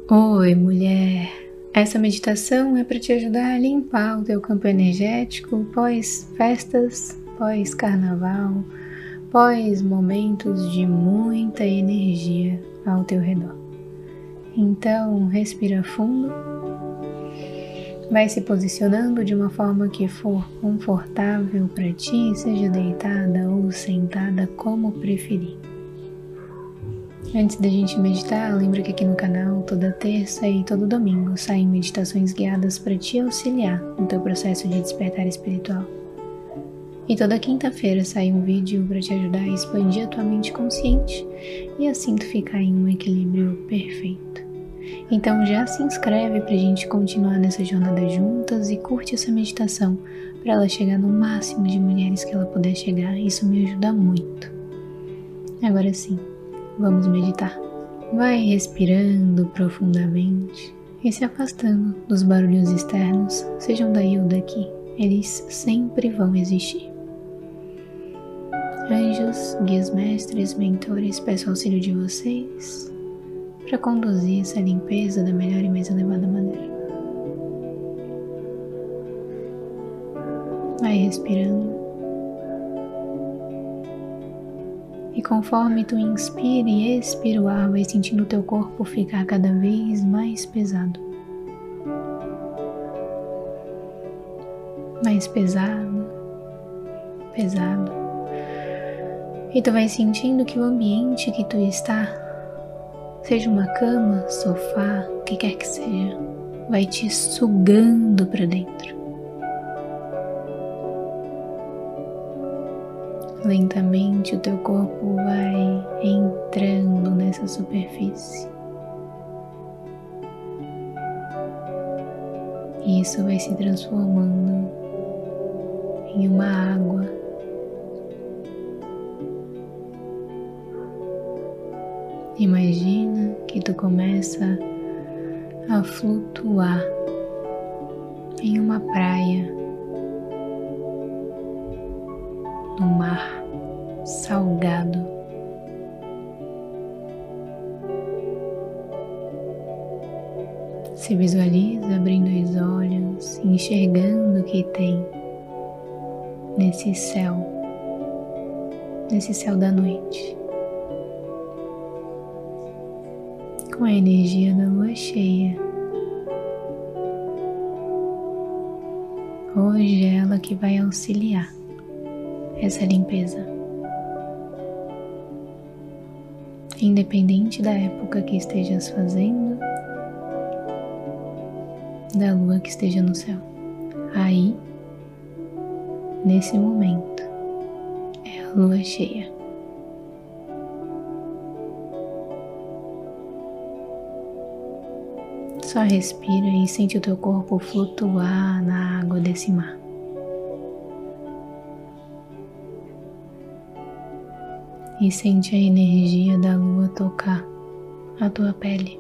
Oi, mulher! Essa meditação é para te ajudar a limpar o teu campo energético pós-festas, pós-carnaval, pós-momentos de muita energia ao teu redor. Então, respira fundo, vai se posicionando de uma forma que for confortável para ti, seja deitada ou sentada, como preferir. Antes da gente meditar, lembra que aqui no canal, toda terça e todo domingo, saem meditações guiadas para te auxiliar no teu processo de despertar espiritual. E toda quinta-feira sai um vídeo para te ajudar a expandir a tua mente consciente e assim tu ficar em um equilíbrio perfeito. Então já se inscreve para a gente continuar nessa jornada juntas e curte essa meditação para ela chegar no máximo de mulheres que ela puder chegar. Isso me ajuda muito. Agora sim. Vamos meditar. Vai respirando profundamente e se afastando dos barulhos externos, sejam daí ou daqui, eles sempre vão existir. Anjos, guias mestres, mentores, peço auxílio de vocês para conduzir essa limpeza da melhor e mais elevada maneira. Vai respirando. E conforme tu inspira e expira o ar, vai sentindo o teu corpo ficar cada vez mais pesado. Mais pesado, pesado. E tu vai sentindo que o ambiente que tu está, seja uma cama, sofá, o que quer que seja, vai te sugando para dentro. Lentamente o teu corpo vai entrando nessa superfície. E isso vai se transformando em uma água. Imagina que tu começa a flutuar em uma praia, no mar salgado. Se visualiza abrindo os olhos, enxergando o que tem nesse céu da noite, com a energia da lua cheia. Hoje é ela que vai auxiliar essa limpeza. Independente da época que estejas fazendo, da lua que esteja no céu. Aí, nesse momento, é a lua cheia. Só respira e sente o teu corpo flutuar na água desse mar. E sente a energia da lua tocar a tua pele.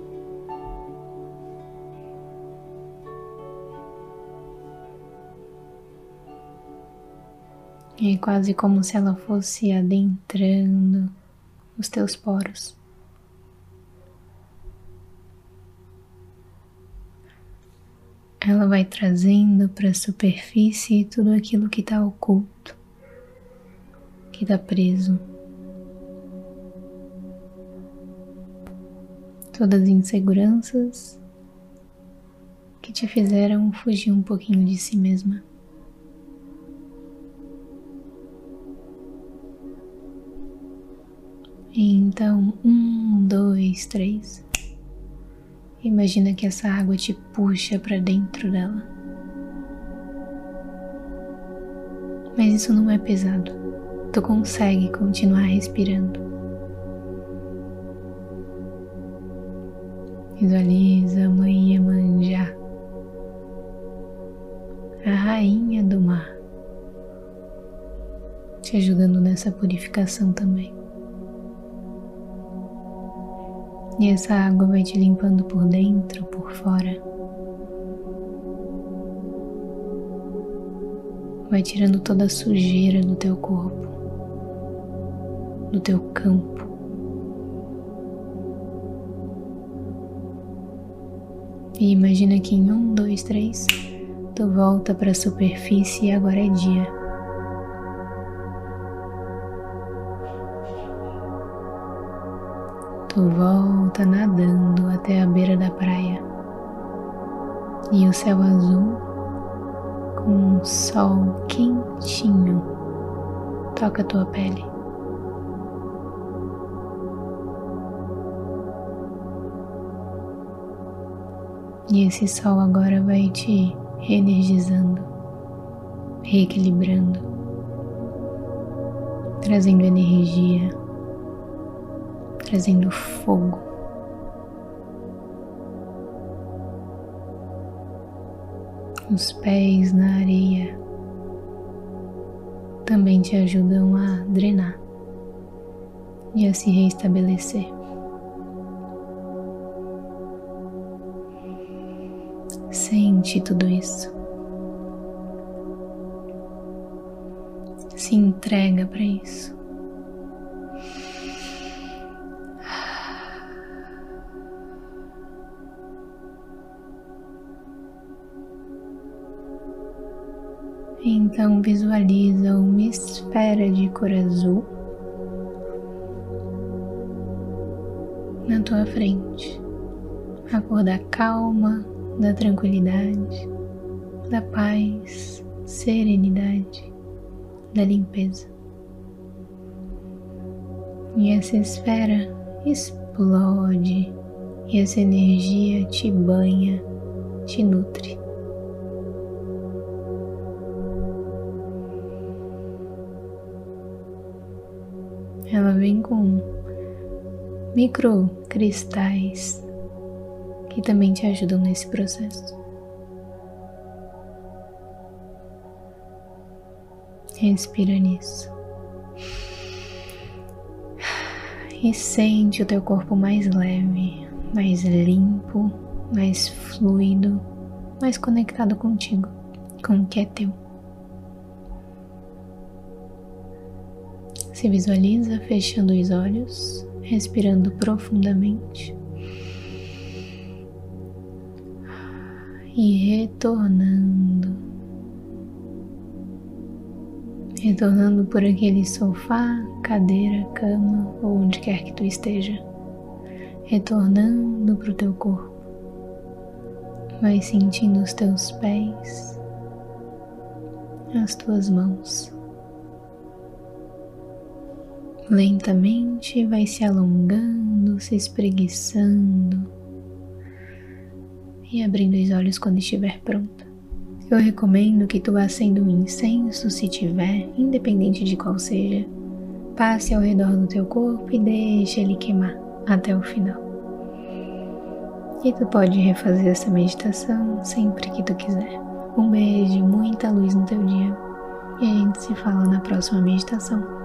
É quase como se ela fosse adentrando os teus poros. Ela vai trazendo para a superfície tudo aquilo que está oculto, que está preso. Todas as inseguranças que te fizeram fugir um pouquinho de si mesma. Então, 1, 2, 3. Imagina que essa água te puxa para dentro dela. Mas isso não é pesado. Tu consegue continuar respirando. Visualiza a mãe Iemanjá, a rainha do mar, te ajudando nessa purificação também. E essa água vai te limpando por dentro, por fora. Vai tirando toda a sujeira do teu corpo, do teu campo. E imagina que em 1, 2, 3, tu volta para a superfície e agora é dia. Tu volta nadando até a beira da praia. E o céu azul, com um sol quentinho, toca a tua pele. E esse sol agora vai te reenergizando, reequilibrando, trazendo energia, trazendo fogo. Os pés na areia também te ajudam a drenar e a se reestabelecer. Sente tudo isso. Se entrega para isso. Então visualiza uma esfera de cor azul na tua frente, a cor da calma, da tranquilidade, da paz, serenidade, da limpeza. E essa esfera explode e essa energia te banha, te nutre. Ela vem com microcristais que também te ajudam nesse processo. Respira nisso. E sente o teu corpo mais leve, mais limpo, mais fluido, mais conectado contigo, com o que é teu. Se visualiza fechando os olhos, respirando profundamente e retornando por aquele sofá, cadeira, cama ou onde quer que tu esteja, retornando para o teu corpo. Vai sentindo os teus pés, as tuas mãos. Lentamente vai se alongando, se espreguiçando e abrindo os olhos quando estiver pronta. Eu recomendo que tu acenda um incenso, se tiver, independente de qual seja. Passe ao redor do teu corpo e deixe ele queimar até o final. E tu pode refazer essa meditação sempre que tu quiser. Um beijo, muita luz no teu dia. E a gente se fala na próxima meditação.